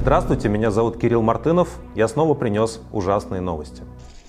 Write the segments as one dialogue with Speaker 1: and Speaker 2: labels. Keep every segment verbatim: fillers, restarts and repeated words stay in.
Speaker 1: Здравствуйте, меня зовут Кирилл Мартынов. Я снова принес ужасные новости.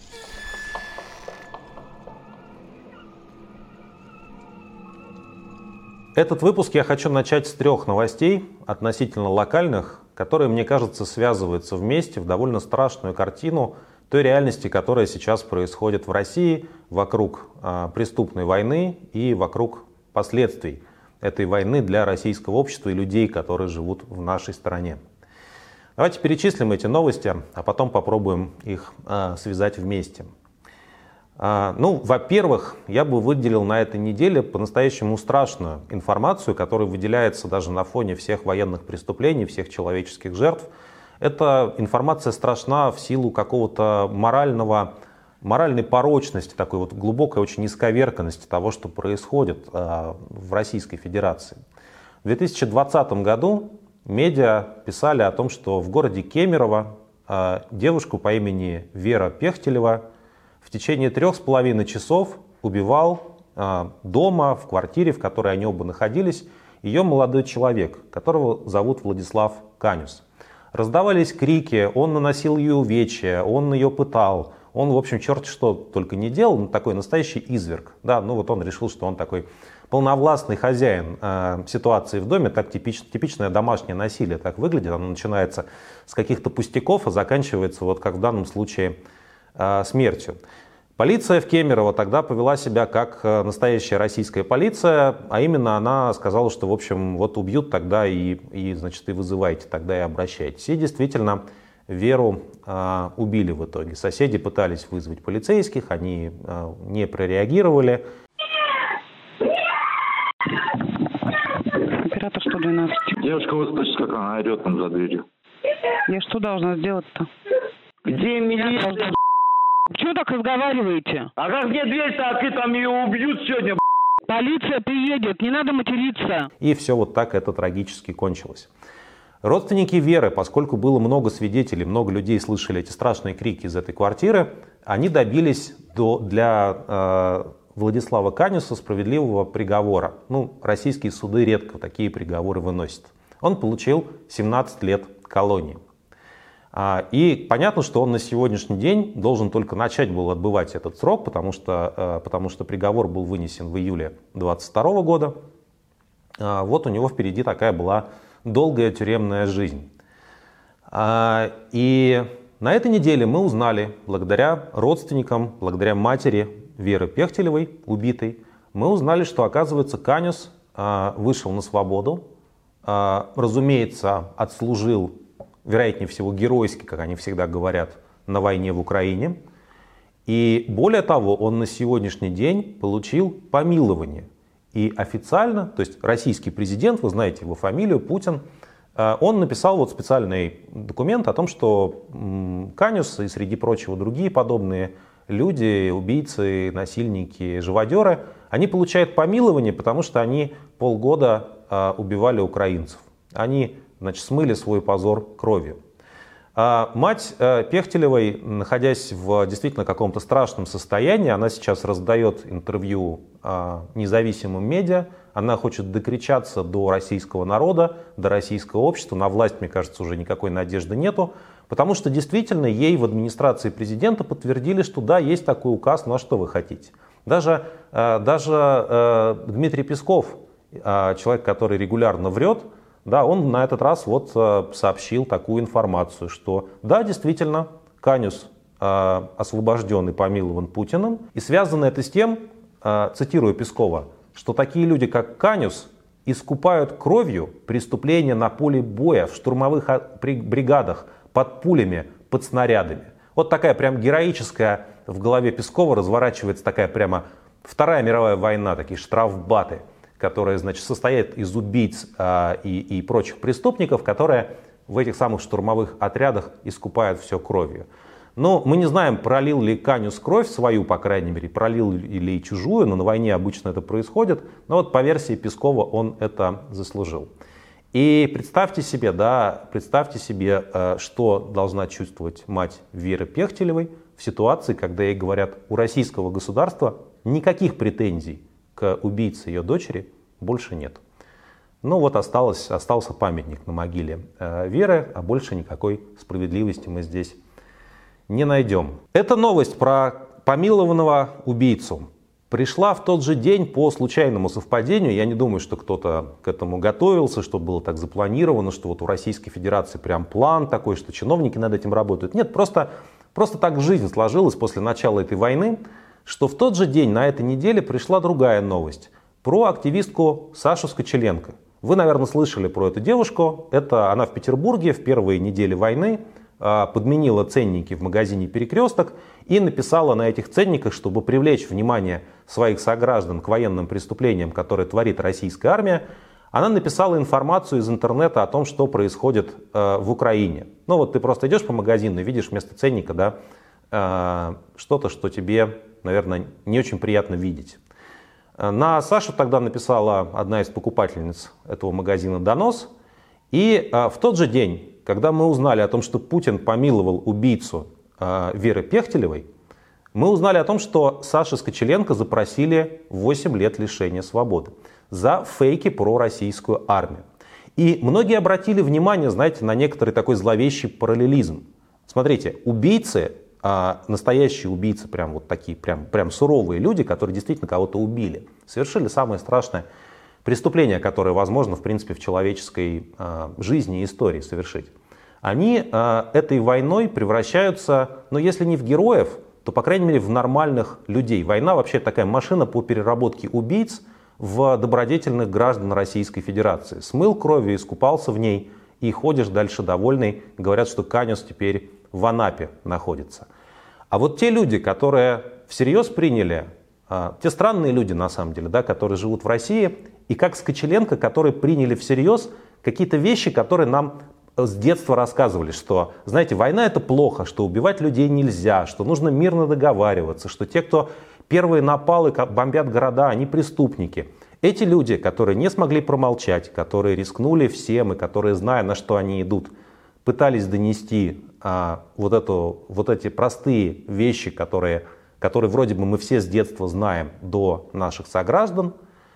Speaker 1: Этот выпуск я хочу начать с трех новостей, относительно локальных, которые, мне кажется, связываются вместе в довольно страшную картину той реальности, которая сейчас происходит в России вокруг э, преступной войны и вокруг последствий этой войны для российского общества и людей, которые живут в нашей стране. Давайте перечислим эти новости, а потом попробуем их э, связать вместе. Э, ну, во-первых, я бы выделил на этой неделе по-настоящему страшную информацию, которая выделяется даже на фоне всех военных преступлений, всех человеческих жертв. Эта информация страшна в силу какого-то морального, моральной порочности, такой вот глубокой очень исковерканности того, что происходит э, в Российской Федерации. В две тысячи двадцатом году медиа писали о том, что в городе Кемерово э, девушку по имени Вера Пехтелева в течение трех с половиной часов убивал э, дома, в квартире, в которой они оба находились, ее молодой человек, которого зовут Владислав Канюс. Раздавались крики, он наносил ей увечья, он ее пытал, он, в общем, черт что только не делал, такой настоящий изверг. Да, ну вот он решил, что он такой полновластный хозяин э, ситуации в доме, так типич, типичное домашнее насилие так выглядит, оно начинается с каких-то пустяков, а заканчивается, вот как в данном случае, э, смертью. Полиция в Кемерово тогда повела себя как настоящая российская полиция, а именно она сказала, что, в общем, вот убьют тогда и, и значит, и вызывайте, тогда и обращайтесь. И действительно, Веру э, убили в итоге. Соседи пытались вызвать полицейских, они э, не прореагировали.
Speaker 2: Оператор сто двенадцать.
Speaker 3: Девушка, вот слышишь, как она орет там за дверью.
Speaker 2: Я что должна сделать-то?
Speaker 3: Где милиция?
Speaker 2: Чего так разговариваете?
Speaker 3: А как мне дверь-то открыть, там ее убьют сегодня?
Speaker 2: Полиция приедет, не надо материться.
Speaker 1: И все вот так это трагически кончилось. Родственники Веры, поскольку было много свидетелей, много людей слышали эти страшные крики из этой квартиры, они добились до, для э, Владислава Канюса справедливого приговора. Ну, российские суды редко такие приговоры выносят. Он получил семнадцать лет колонии. И понятно, что он на сегодняшний день должен только начать был отбывать этот срок, потому что, потому что приговор был вынесен в июле две тысячи двадцать второго года. Вот у него впереди такая была долгая тюремная жизнь. И на этой неделе мы узнали, благодаря родственникам, благодаря матери Веры Пехтелевой, убитой, мы узнали, что, оказывается, Канюс вышел на свободу, разумеется, отслужил, вероятнее всего, геройски, как они всегда говорят, на войне в Украине. И более того, он на сегодняшний день получил помилование. И официально, то есть российский президент, вы знаете его фамилию, Путин, он написал вот специальный документ о том, что Канюс и, среди прочего, другие подобные люди, убийцы, насильники, живодеры, они получают помилование, потому что они полгода убивали украинцев. Они, значит, смыли свой позор кровью. А мать Пехтелевой, находясь в действительно каком-то страшном состоянии, она сейчас раздает интервью независимым медиа, она хочет докричаться до российского народа, до российского общества. На власть, мне кажется, уже никакой надежды нету, потому что действительно ей в администрации президента подтвердили, что да, есть такой указ, ну а что вы хотите. Даже, даже Дмитрий Песков, человек, который регулярно врет, да, он на этот раз вот сообщил такую информацию, что да, действительно, Канюс э, освобожден и помилован Путиным. И связано это с тем, э, цитирую Пескова, что такие люди, как Канюс, искупают кровью преступления на поле боя, в штурмовых бригадах, под пулями, под снарядами. Вот такая прям героическая в голове Пескова разворачивается такая прямо Вторая мировая война, такие штрафбаты, которые, значит, состоят из убийц э, и, и прочих преступников, которые в этих самых штурмовых отрядах искупают все кровью. Но мы не знаем, пролил ли Канюс кровь свою, по крайней мере, пролил ли и чужую, но на войне обычно это происходит. Но вот по версии Пескова он это заслужил. И представьте себе, да, представьте себе, э, что должна чувствовать мать Веры Пехтелевой в ситуации, когда ей говорят, у российского государства никаких претензий к убийце ее дочери больше нет. Ну вот осталось, остался памятник на могиле э, Веры, а больше никакой справедливости мы здесь не найдем. Эта новость про помилованного убийцу пришла в тот же день по случайному совпадению. Я не думаю, что кто-то к этому готовился, что было так запланировано, что вот у Российской Федерации прям план такой, что чиновники над этим работают. Нет, просто, просто так в жизни сложилось после начала этой войны, что в тот же день на этой неделе пришла другая новость про активистку Сашу Скочеленко. Вы, наверное, слышали про эту девушку. Это она в Петербурге в первые недели войны подменила ценники в магазине «Перекресток» и написала на этих ценниках, чтобы привлечь внимание своих сограждан к военным преступлениям, которые творит российская армия, она написала информацию из интернета о том, что происходит э, в Украине. Ну вот ты просто идешь по магазину и видишь вместо ценника, да, э, что-то, что тебе, наверное, не очень приятно видеть. На Сашу тогда написала одна из покупательниц этого магазина донос. И э, в тот же день, когда мы узнали о том, что Путин помиловал убийцу э, Веры Пехтелевой, мы узнали о том, что Саше Скочеленко запросили восемь лет лишения свободы за фейки про российскую армию. И многие обратили внимание, знаете, на некоторый такой зловещий параллелизм. Смотрите, убийцы, э, настоящие убийцы, прям вот такие, прям, прям суровые люди, которые действительно кого-то убили, совершили самое страшное преступления, которые возможно, в принципе, в человеческой э, жизни и истории совершить, они э, этой войной превращаются, ну, если не в героев, то, по крайней мере, в нормальных людей. Война вообще такая машина по переработке убийц в добродетельных граждан Российской Федерации. Смыл кровью, искупался в ней и ходишь дальше довольный. Говорят, что Канюс теперь в Анапе находится. А вот те люди, которые всерьез приняли, э, те странные люди, на самом деле, да, которые живут в России, и как Скочеленко, которые приняли всерьез какие-то вещи, которые нам с детства рассказывали, что, знаете, война это плохо, что убивать людей нельзя, что нужно мирно договариваться, что те, кто первые напалы, бомбят города, они преступники. Эти люди, которые не смогли промолчать, которые рискнули всем и которые, зная, на что они идут, пытались донести а, вот, эту, вот эти простые вещи, которые, которые вроде бы мы все с детства знаем, до наших сограждан.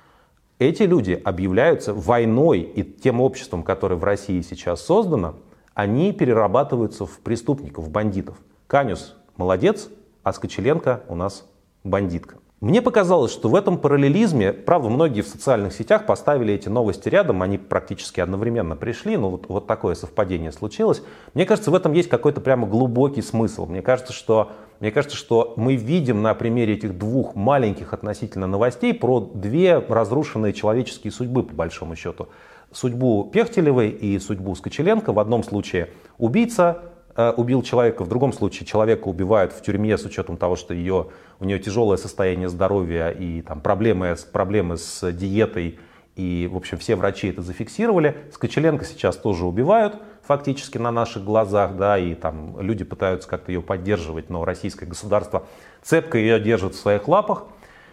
Speaker 1: Эти люди объявляются войной, и тем обществом, которое в России сейчас создано, они перерабатываются в преступников, в бандитов. Канюс молодец, а Скочеленко у нас бандитка. Мне показалось, что в этом параллелизме, правда, многие в социальных сетях поставили эти новости рядом, они практически одновременно пришли, но вот, вот такое совпадение случилось. Мне кажется, в этом есть какой-то прямо глубокий смысл. Мне кажется, что, мне кажется, что мы видим на примере этих двух маленьких относительно новостей про две разрушенные человеческие судьбы, по большому счету. Судьбу Пехтелевой и судьбу Скочеленко. В одном случае убийца убил человека, в другом случае человека убивают в тюрьме с учетом того, что ее, у нее тяжелое состояние здоровья и там, проблемы, проблемы с диетой, и в общем все врачи это зафиксировали. Скочеленко сейчас тоже убивают фактически на наших глазах, да, и там люди пытаются как-то ее поддерживать, но российское государство цепко ее держит в своих лапах.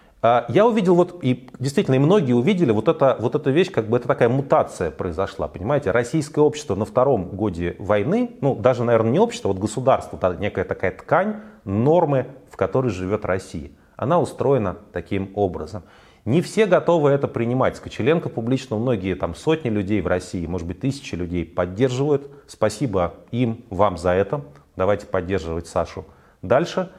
Speaker 1: Я увидел, вот, и действительно, и многие увидели, вот, это, вот эта вещь, как бы это такая мутация произошла, понимаете, российское общество на втором годе войны, ну, даже, наверное, не общество, вот государство, да, некая такая ткань, нормы, в которой живет Россия, она устроена таким образом. Не все готовы это принимать. Скочеленко публично многие, там, сотни людей в России, может быть, тысячи людей поддерживают. Спасибо им, вам за это. Давайте поддерживать Сашу дальше.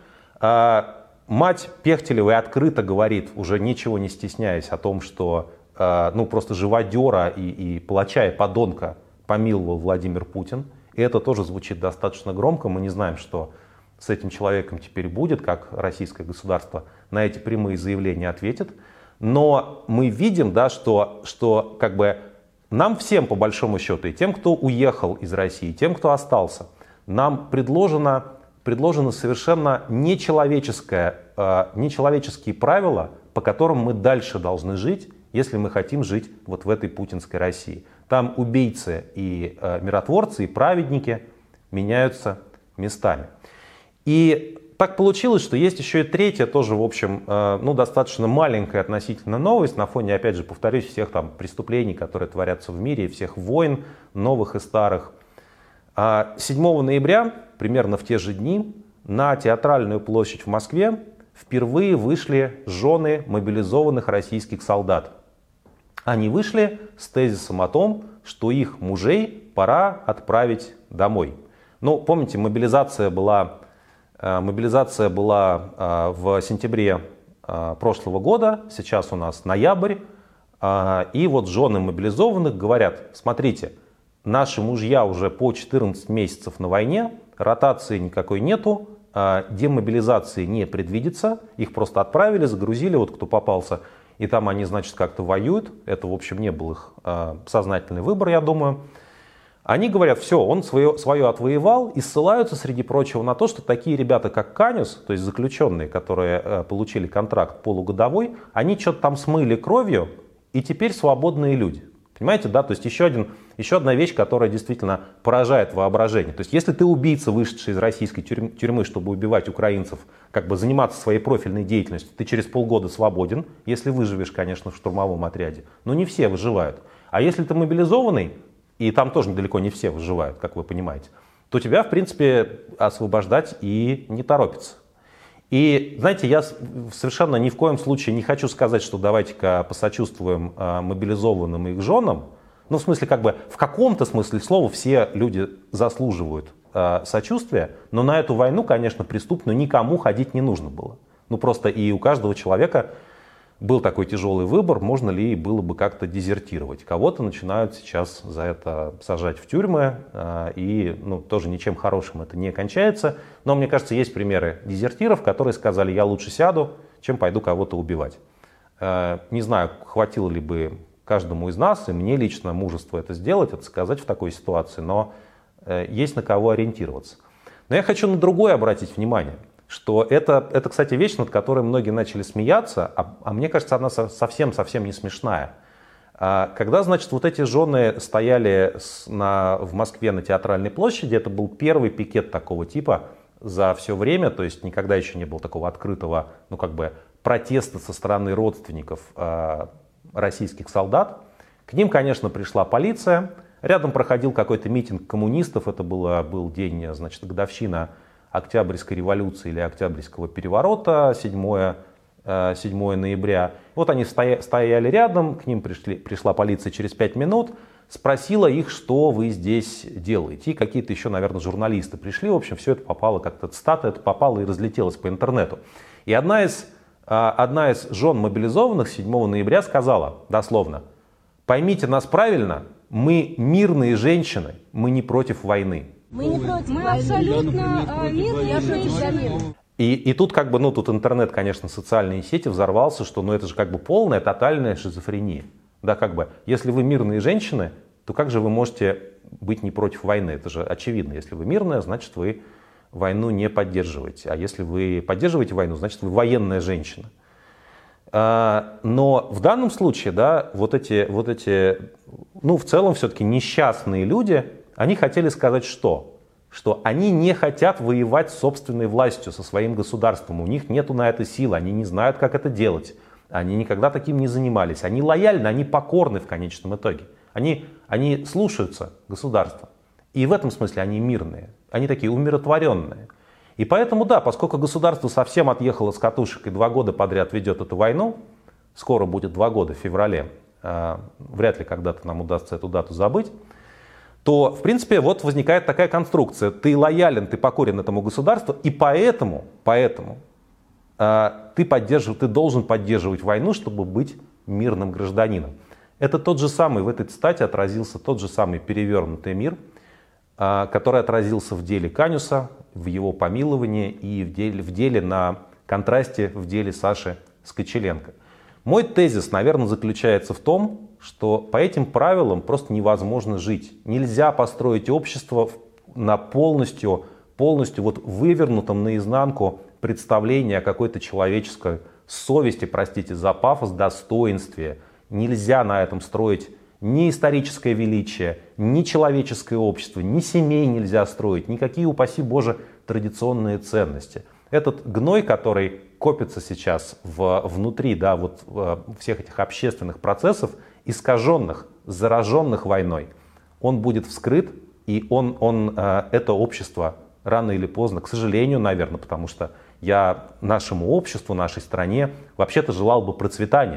Speaker 1: Мать Пехтелевой открыто говорит, уже ничего не стесняясь, о том, что э, ну, просто живодера и, и палача и подонка помиловал Владимир Путин. И это тоже звучит достаточно громко. Мы не знаем, что с этим человеком теперь будет, как российское государство на эти прямые заявления ответит. Но мы видим, да, что, что как бы нам всем, по большому счету, и тем, кто уехал из России, и тем, кто остался, нам предложено... предложены совершенно нечеловеческое, э, нечеловеческие правила, по которым мы дальше должны жить, если мы хотим жить вот в этой путинской России. Там убийцы и э, миротворцы, и праведники меняются местами. И так получилось, что есть еще и третья, тоже, в общем, э, ну, достаточно маленькая относительно новость, на фоне, опять же, повторюсь, всех там преступлений, которые творятся в мире, и всех войн, новых и старых. седьмого ноября, примерно в те же дни, на Театральную площадь в Москве впервые вышли жены мобилизованных российских солдат. Они вышли с тезисом о том, что их мужей пора отправить домой. Ну, помните, мобилизация была, мобилизация была в сентябре прошлого года, сейчас у нас ноябрь, и вот жены мобилизованных говорят: смотрите, наши мужья уже по четырнадцать месяцев на войне, ротации никакой нету, демобилизации не предвидится, их просто отправили, загрузили, вот кто попался, и там они, значит, как-то воюют. Это, в общем, не был их сознательный выбор, я думаю. Они говорят: все, он свое, свое отвоевал, и ссылаются, среди прочего, на то, что такие ребята, как Канюс, то есть заключенные, которые получили контракт полугодовой, они что-то там смыли кровью, и теперь свободные люди. Понимаете, да? То есть еще, один, еще одна вещь, которая действительно поражает воображение. То есть если ты убийца, вышедший из российской тюрьмы, чтобы убивать украинцев, как бы заниматься своей профильной деятельностью, ты через полгода свободен, если выживешь, конечно, в штурмовом отряде. Но не все выживают. А если ты мобилизованный, и там тоже далеко не все выживают, как вы понимаете, то тебя, в принципе, освобождать и не торопится. И, знаете, я совершенно ни в коем случае не хочу сказать, что давайте-ка посочувствуем э, мобилизованным и их женам. Ну, в смысле, как бы, в каком-то смысле слова все люди заслуживают э, сочувствия, но на эту войну, конечно, преступную никому ходить не нужно было. Ну, просто и у каждого человека был такой тяжелый выбор, можно ли было бы как-то дезертировать. Кого-то начинают сейчас за это сажать в тюрьмы, и ну, тоже ничем хорошим это не кончается. Но мне кажется, есть примеры дезертиров, которые сказали: я лучше сяду, чем пойду кого-то убивать. Не знаю, хватило ли бы каждому из нас, и мне лично, мужество это сделать, это сказать в такой ситуации, но есть на кого ориентироваться. Но я хочу на другое обратить внимание. Что это, это, кстати, вещь, над которой многие начали смеяться, а, а мне кажется, она совсем-совсем не смешная. А, когда, значит, вот эти жены стояли с, на, в Москве на Театральной площади, это был первый пикет такого типа за все время, то есть никогда еще не было такого открытого, ну, как бы, протеста со стороны родственников а, российских солдат. К ним, конечно, пришла полиция, рядом проходил какой-то митинг коммунистов, это было, был день, значит, годовщина Октябрьской революции или Октябрьского переворота, седьмое ноября. Вот они стояли рядом, к ним пришли, пришла полиция через пять минут, спросила их, что вы здесь делаете. И какие-то еще, наверное, журналисты пришли. В общем, все это попало, как-то цитата это попала и разлетелась по интернету. И одна из, одна из жен мобилизованных седьмого ноября сказала дословно: поймите нас правильно, мы мирные женщины, мы не против войны.
Speaker 4: Мы не против, мы абсолютно мирные женщины.
Speaker 1: И, и тут как бы, ну тут интернет, конечно, социальные сети взорвался, что ну это же как бы полная, тотальная шизофрения. Да, как бы, если вы мирные женщины, то как же вы можете быть не против войны? Это же очевидно. Если вы мирная, значит вы войну не поддерживаете. А если вы поддерживаете войну, значит вы военная женщина. Но в данном случае, да, вот эти, вот эти, ну в целом все-таки несчастные люди, они хотели сказать что? Что они не хотят воевать с собственной властью, со своим государством. У них нету на это сил, они не знают, как это делать. Они никогда таким не занимались. Они лояльны, они покорны в конечном итоге. Они, они слушаются государства. И в этом смысле они мирные. Они такие умиротворенные. И поэтому, да, поскольку государство совсем отъехало с катушек и два года подряд ведет эту войну, скоро будет два года в феврале, э, вряд ли когда-то нам удастся эту дату забыть, то, в принципе, вот возникает такая конструкция. Ты лоялен, ты покорен этому государству, и поэтому, поэтому э, ты, поддержив, ты должен поддерживать войну, чтобы быть мирным гражданином. Это тот же самый, в этой цитате отразился тот же самый перевернутый мир, э, который отразился в деле Канюса, в его помиловании и в деле, в деле на контрасте в деле Саши Скочеленко. Мой тезис, наверное, заключается в том, что по этим правилам просто невозможно жить. Нельзя построить общество на полностью, полностью вот вывернутом наизнанку представлении о какой-то человеческой совести, простите за пафос, достоинстве. Нельзя на этом строить ни историческое величие, ни человеческое общество, ни семей нельзя строить, никакие, упаси Боже, традиционные ценности. Этот гной, который копится сейчас в, внутри, да, вот, всех этих общественных процессов, искаженных, зараженных войной, он будет вскрыт, и он, он, это общество рано или поздно, к сожалению, наверное, потому что я нашему обществу, нашей стране вообще-то желал бы процветания.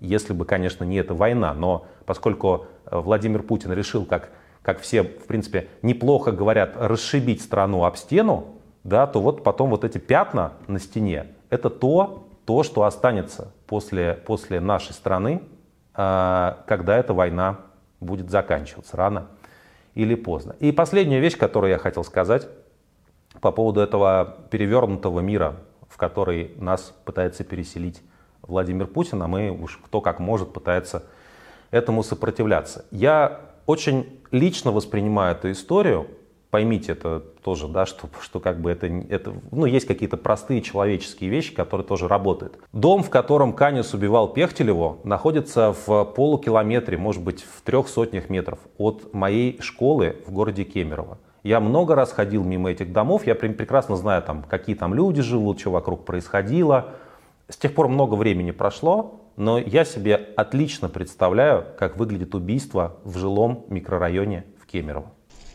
Speaker 1: если бы, конечно, не эта война. Но поскольку Владимир Путин решил, как, как все, в принципе, неплохо говорят, расшибить страну об стену, да, то вот потом вот эти пятна на стене, это то, то что останется после, после нашей страны, когда эта война будет заканчиваться, рано или поздно. И последняя вещь, которую я хотел сказать по поводу этого перевернутого мира, в который нас пытается переселить Владимир Путин, а мы уж кто как может пытается этому сопротивляться. Я очень лично воспринимаю эту историю. Поймите это тоже, да, что, что как бы это, это, ну, есть какие-то простые человеческие вещи, которые тоже работают. Дом, в котором Канис убивал Пехтелеву, находится в полукилометре, может быть, в трех сотнях метров от моей школы в городе Кемерово. Я много раз ходил мимо этих домов, я прекрасно знаю, там, какие там люди живут, что вокруг происходило. С тех пор много времени прошло, но я себе отлично представляю, как выглядит убийство в жилом микрорайоне в Кемерово.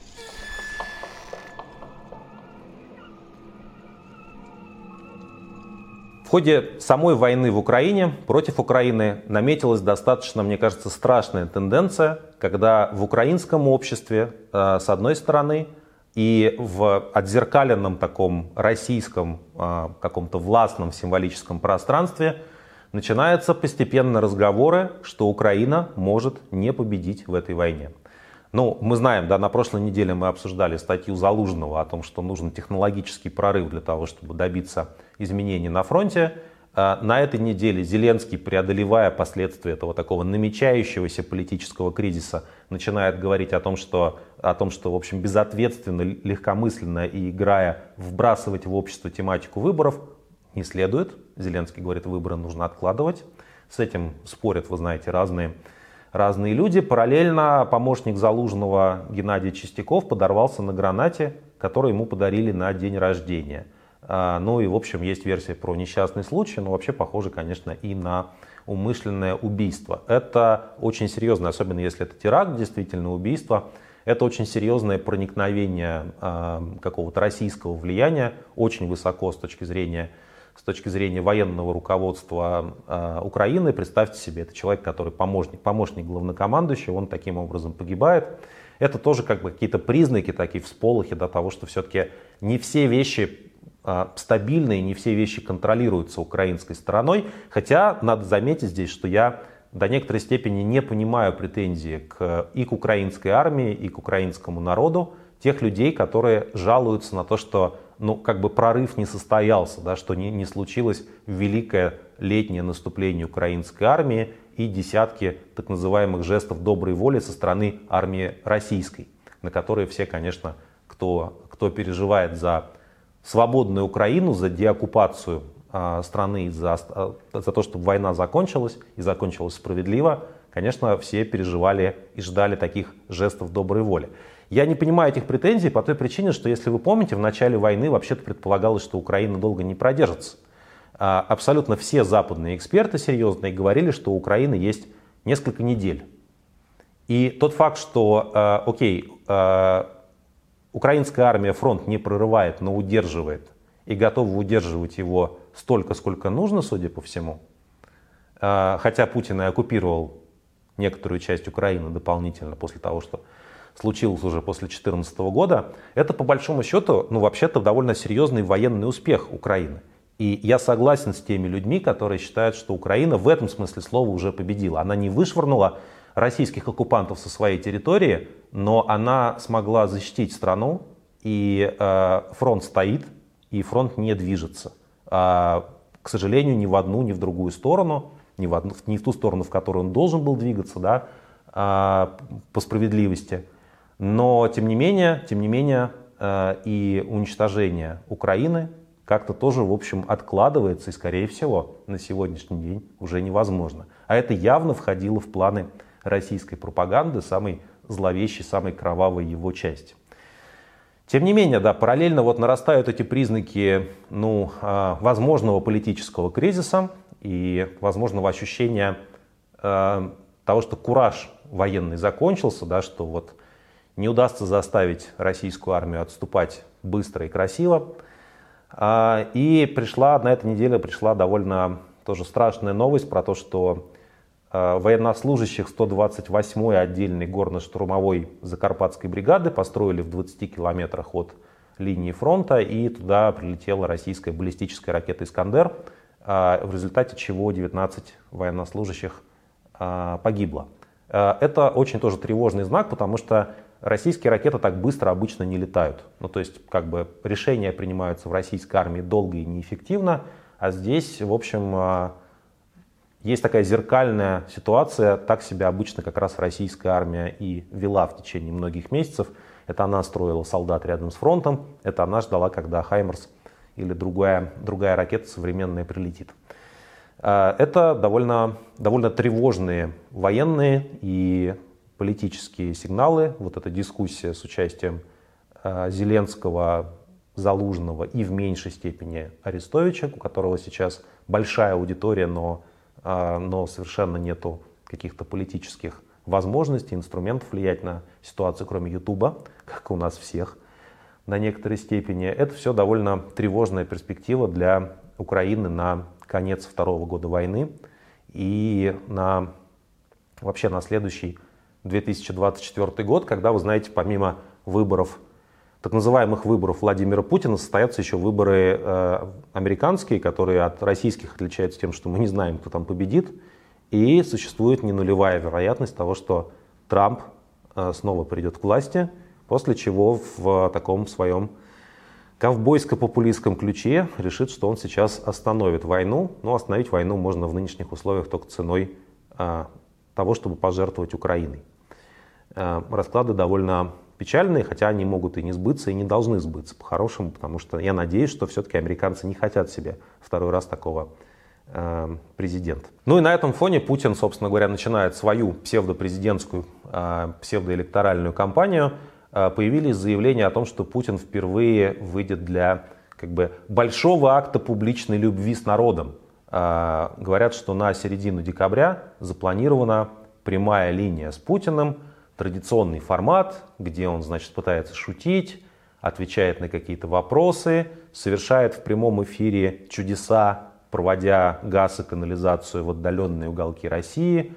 Speaker 1: В ходе самой войны в Украине против Украины наметилась достаточно, мне кажется, страшная тенденция, когда в украинском обществе, э, с одной стороны, и в отзеркаленном таком российском э, каком-то властном символическом пространстве начинаются постепенно разговоры, что Украина может не победить в этой войне. Ну, мы знаем, да, на прошлой неделе мы обсуждали статью Залужного о том, что нужен технологический прорыв для того, чтобы добиться изменений на фронте. На этой неделе Зеленский, преодолевая последствия этого такого намечающегося политического кризиса, начинает говорить о том, что, о том, что в общем, безответственно, легкомысленно и играя вбрасывать в общество тематику выборов не следует. Зеленский говорит, выборы нужно откладывать. С этим спорят, вы знаете, разные Разные люди. Параллельно помощник Залужного Геннадий Чистяков подорвался на гранате, которую ему подарили на день рождения. Ну и, в общем, есть версия про несчастный случай, но вообще похоже, конечно, и на умышленное убийство. Это очень серьезно, особенно если это теракт, действительно убийство. Это очень серьезное проникновение какого-то российского влияния, очень высоко с точки зрения С точки зрения военного руководства э, Украины. Представьте себе, это человек, который помощник, помощник главнокомандующего, он таким образом погибает. Это тоже как бы какие-то признаки, такие всполохи до того, что все-таки не все вещи э, стабильные, не все вещи контролируются украинской стороной. Хотя надо заметить здесь, что я до некоторой степени не понимаю претензии к, и к украинской армии, и к украинскому народу, тех людей, которые жалуются на то, что ну, как бы прорыв не состоялся, да, что не, не случилось великое летнее наступление украинской армии и десятки так называемых жестов доброй воли со стороны армии российской, на которые все, конечно, кто, кто переживает за свободную Украину, за деоккупацию э, страны, за, э, за то, чтобы война закончилась и закончилась справедливо, конечно, все переживали и ждали таких жестов доброй воли. Я не понимаю этих претензий по той причине, что, если вы помните, в начале войны вообще-то предполагалось, что Украина долго не продержится. Абсолютно все западные эксперты серьезные говорили, что у Украины есть несколько недель. И тот факт, что, окей, украинская армия фронт не прорывает, но удерживает и готова удерживать его столько, сколько нужно, судя по всему, хотя Путин и оккупировал некоторую часть Украины дополнительно после того, что случилось уже после две тысячи четырнадцатого года, это по большому счету, ну вообще-то довольно серьезный военный успех Украины. И я согласен с теми людьми, которые считают, что Украина в этом смысле слова уже победила. Она не вышвырнула российских оккупантов со своей территории, но она смогла защитить страну, и э, фронт стоит, и фронт не движется. А, к сожалению, ни в одну, ни в другую сторону, ни в, одну, ни в ту сторону, в которую он должен был двигаться, да, а, по справедливости. Но, тем не менее, тем не менее э, и уничтожение Украины как-то тоже, в общем, откладывается и, скорее всего, на сегодняшний день уже невозможно. А это явно входило в планы российской пропаганды, самой зловещей, самой кровавой его части. Тем не менее, да, параллельно вот нарастают эти признаки, ну, э, возможного политического кризиса и возможного ощущения э, того, что кураж военный закончился, да, что вот не удастся заставить российскую армию отступать быстро и красиво. И пришла, на этой неделе пришла довольно тоже страшная новость про то, что военнослужащих сто двадцать восьмой отдельной горно-штурмовой Закарпатской бригады построили в двадцати километрах от линии фронта, и туда прилетела российская баллистическая ракета «Искандер», в результате чего девятнадцать военнослужащих погибло. Это очень тоже тревожный знак, потому что российские ракеты так быстро обычно не летают. Ну, то есть, как бы, решения принимаются в российской армии долго и неэффективно, а здесь, в общем, есть такая зеркальная ситуация. Так себя обычно как раз российская армия и вела в течение многих месяцев. Это она строила солдат рядом с фронтом, это она ждала, когда «Хаймерс» или другая, другая ракета современная прилетит. Это довольно, довольно тревожные военные и политические сигналы. Вот эта дискуссия с участием Зеленского, Залужного и в меньшей степени Арестовича, у которого сейчас большая аудитория, но, но совершенно нету каких-то политических возможностей, инструментов влиять на ситуацию, кроме Ютуба, как у нас всех на некоторой степени. Это все довольно тревожная перспектива для Украины на конец второго года войны и на, вообще на следующий две тысячи двадцать четвёртый год, когда, вы знаете, помимо выборов, так называемых выборов Владимира Путина, состоятся еще выборы э, американские, которые от российских отличаются тем, что мы не знаем, кто там победит. И существует не нулевая вероятность того, что Трамп э, снова придет к власти, после чего в таком своем ковбойско-популистском ключе решит, что он сейчас остановит войну. Но остановить войну можно в нынешних условиях только ценой э, того, чтобы пожертвовать Украиной. Э, расклады довольно печальные, хотя они могут и не сбыться, и не должны сбыться по-хорошему, потому что я надеюсь, что все-таки американцы не хотят себе второй раз такого э, президента. Ну и на этом фоне Путин, собственно говоря, начинает свою псевдопрезидентскую, э, псевдоэлекторальную кампанию. Э, появились заявления о том, что Путин впервые выйдет для, как бы, большого акта публичной любви с народом. Э, говорят, что на середину декабря запланирована прямая линия с Путиным, традиционный формат, где он, значит, пытается шутить, отвечает на какие-то вопросы, совершает в прямом эфире чудеса, проводя газ и канализацию в отдаленные уголки России,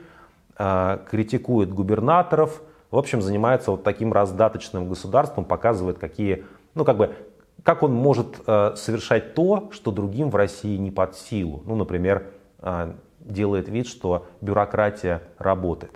Speaker 1: критикует губернаторов, в общем, занимается вот таким раздаточным государством, показывает, какие, ну, как бы, как он может совершать то, что другим в России не под силу. Ну, например, делает вид, что бюрократия работает.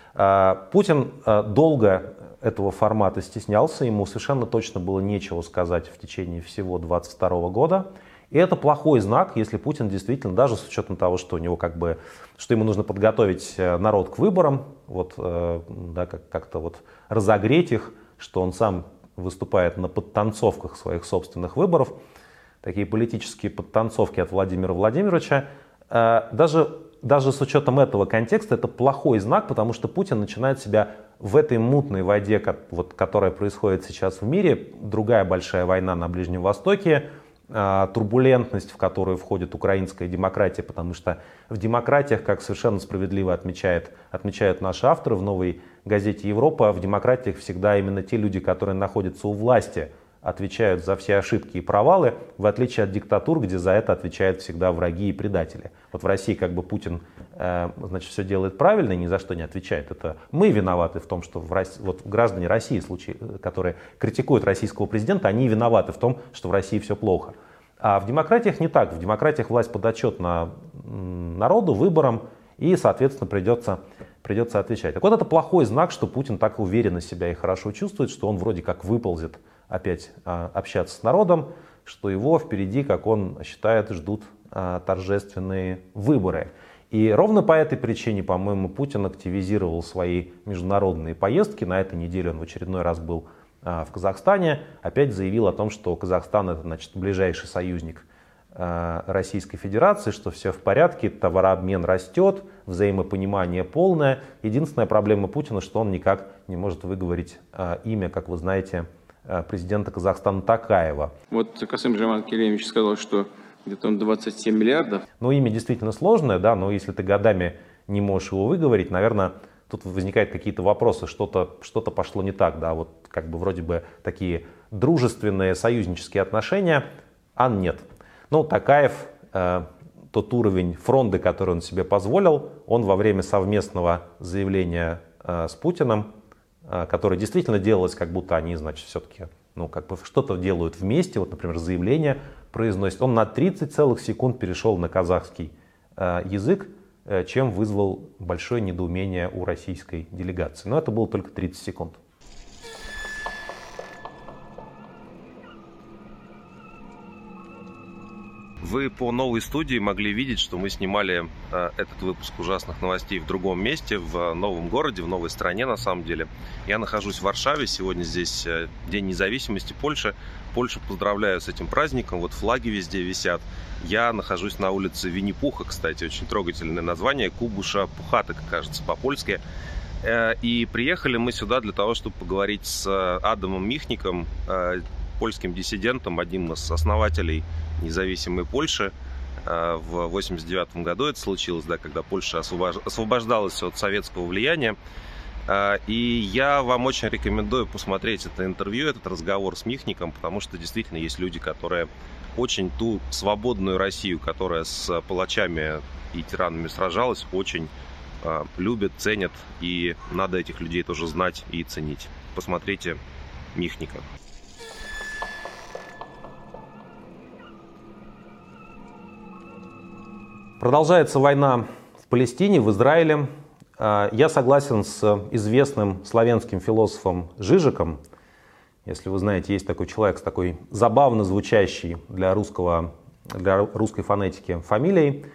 Speaker 1: Путин долго этого формата стеснялся, ему совершенно точно было нечего сказать в течение всего двадцать второго года. И это плохой знак, если Путин действительно, даже с учетом того, что у него как бы, что ему нужно подготовить народ к выборам, вот, да, как- как-то вот разогреть их, что он сам выступает на подтанцовках своих собственных выборов, такие политические подтанцовки от Владимира Владимировича, даже Даже с учетом этого контекста это плохой знак, потому что Путин начинает себя в этой мутной воде, как, вот, которая происходит сейчас в мире, другая большая война на Ближнем Востоке, э, турбулентность, в которую входит украинская демократия, потому что в демократиях, как совершенно справедливо отмечает, отмечают наши авторы в новой газете «Европа», в демократиях всегда именно те люди, которые находятся у власти, отвечают за все ошибки и провалы, в отличие от диктатур, где за это отвечают всегда враги и предатели. Вот в России как бы Путин, э, значит, все делает правильно и ни за что не отвечает. Это мы виноваты в том, что в России, вот граждане России, случаи, которые критикуют российского президента, они виноваты в том, что в России все плохо. А в демократиях не так. В демократиях власть подотчетна народу, выборам, и, соответственно, придется, придется отвечать. Так вот, это плохой знак, что Путин так уверенно себя и хорошо чувствует, что он вроде как выползет опять а, общаться с народом, что его впереди, как он считает, ждут а, торжественные выборы. И ровно по этой причине, по-моему, Путин активизировал свои международные поездки. На этой неделе он в очередной раз был а, в Казахстане. Опять заявил о том, что Казахстан — это, значит, ближайший союзник а, Российской Федерации, что все в порядке, товарообмен растет, взаимопонимание полное. Единственная проблема Путина, что он никак не может выговорить а, имя, как вы знаете, президента Казахстана Токаева.
Speaker 5: Вот Касым-Жомарт Керемович сказал, что где-то он двадцать семь миллиардов.
Speaker 1: Ну, имя действительно сложное, да, но если ты годами не можешь его выговорить, наверное, тут возникают какие-то вопросы, что-то, что-то пошло не так, да, вот как бы вроде бы такие дружественные союзнические отношения, а нет. Ну, Токаев, э, тот уровень фронта, который он себе позволил, он во время совместного заявления э, с Путиным, э, которое действительно делалось, как будто они, значит, все-таки ну, как бы что-то делают вместе, вот, например, заявление произносит, он на тридцать целых секунд перешел на казахский э, язык, э, чем вызвал большое недоумение у российской делегации. Но это было только тридцать секунд.
Speaker 6: Вы по новой студии могли видеть, что мы снимали э, этот выпуск ужасных новостей в другом месте, в новом городе, в новой стране на самом деле. Я нахожусь в Варшаве, сегодня здесь э, День независимости Польши. Польшу поздравляю с этим праздником, вот флаги везде висят. Я нахожусь на улице Винни-Пуха, кстати, очень трогательное название, Кубуша Пухатык, кажется, по-польски. Э, и приехали мы сюда для того, чтобы поговорить с Адамом Михником, э, польским диссидентом, одним из основателей независимой Польши. В восемьдесят девятом году это случилось, да, когда Польша освобождалась от советского влияния. И я вам очень рекомендую посмотреть это интервью, этот разговор с Михником, потому что действительно есть люди, которые очень ту свободную Россию, которая с палачами и тиранами сражалась, очень любят, ценят, и надо этих людей тоже знать и ценить. Посмотрите Михника.
Speaker 1: Продолжается война в Палестине, в Израиле. Я согласен с известным славянским философом Жижиком. Если вы знаете, есть такой человек с такой забавно звучащей для, русского, для русской фонетики фамилией,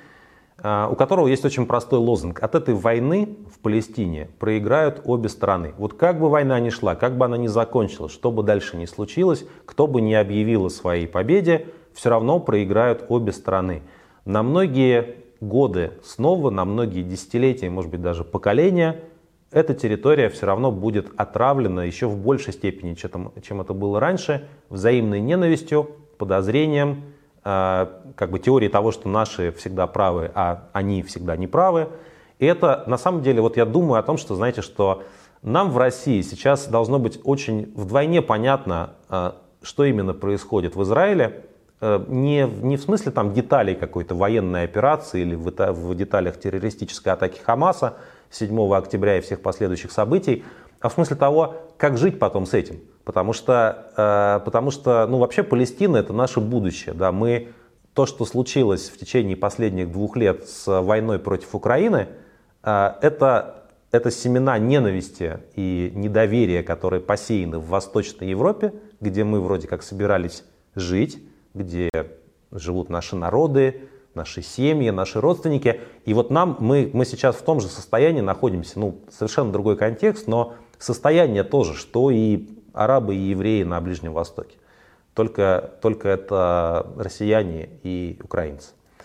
Speaker 1: у которого есть очень простой лозунг. От этой войны в Палестине проиграют обе стороны. Вот как бы война ни шла, как бы она ни закончилась, что бы дальше ни случилось, кто бы ни объявил о своей победе, все равно проиграют обе стороны. На многие годы снова, на многие десятилетия, может быть даже поколения, эта территория все равно будет отравлена еще в большей степени, чем это было раньше, взаимной ненавистью, подозрением, как бы теорией того, что наши всегда правы, а они всегда неправы. И это на самом деле, вот я думаю о том, что, знаете, что нам в России сейчас должно быть очень вдвойне понятно, что именно происходит в Израиле. Не, не в смысле там деталей какой-то военной операции или в, в деталях террористической атаки Хамаса седьмого октября и всех последующих событий, а в смысле того, как жить потом с этим. Потому что, э, потому что ну, вообще Палестина — это наше будущее. Да? Мы, то, что случилось в течение последних двух лет с войной против Украины, э, это, это семена ненависти и недоверия, которые посеяны в Восточной Европе, где мы вроде как собирались жить, где живут наши народы, наши семьи, наши родственники. И вот нам, мы, мы сейчас в том же состоянии находимся, ну, совершенно другой контекст, но состояние тоже, что и арабы, и евреи на Ближнем Востоке. Только, только это россияне и украинцы.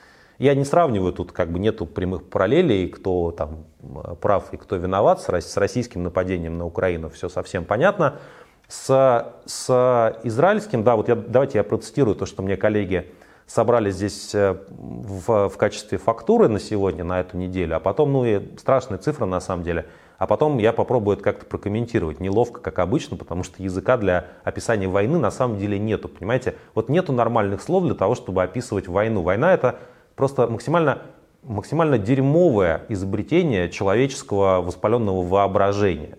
Speaker 1: Я не сравниваю, тут как бы нету прямых параллелей, кто там прав и кто виноват. С российским нападением на Украину все совсем понятно. С, с израильским, да, вот я, давайте я процитирую то, что мне коллеги собрали здесь в, в качестве фактуры на сегодня, на эту неделю, а потом, ну и страшная цифра на самом деле, а потом я попробую это как-то прокомментировать. Неловко, как обычно, потому что языка для описания войны на самом деле нету, понимаете? Вот нету нормальных слов для того, чтобы описывать войну. Война — это просто максимально, максимально дерьмовое изобретение человеческого воспаленного воображения.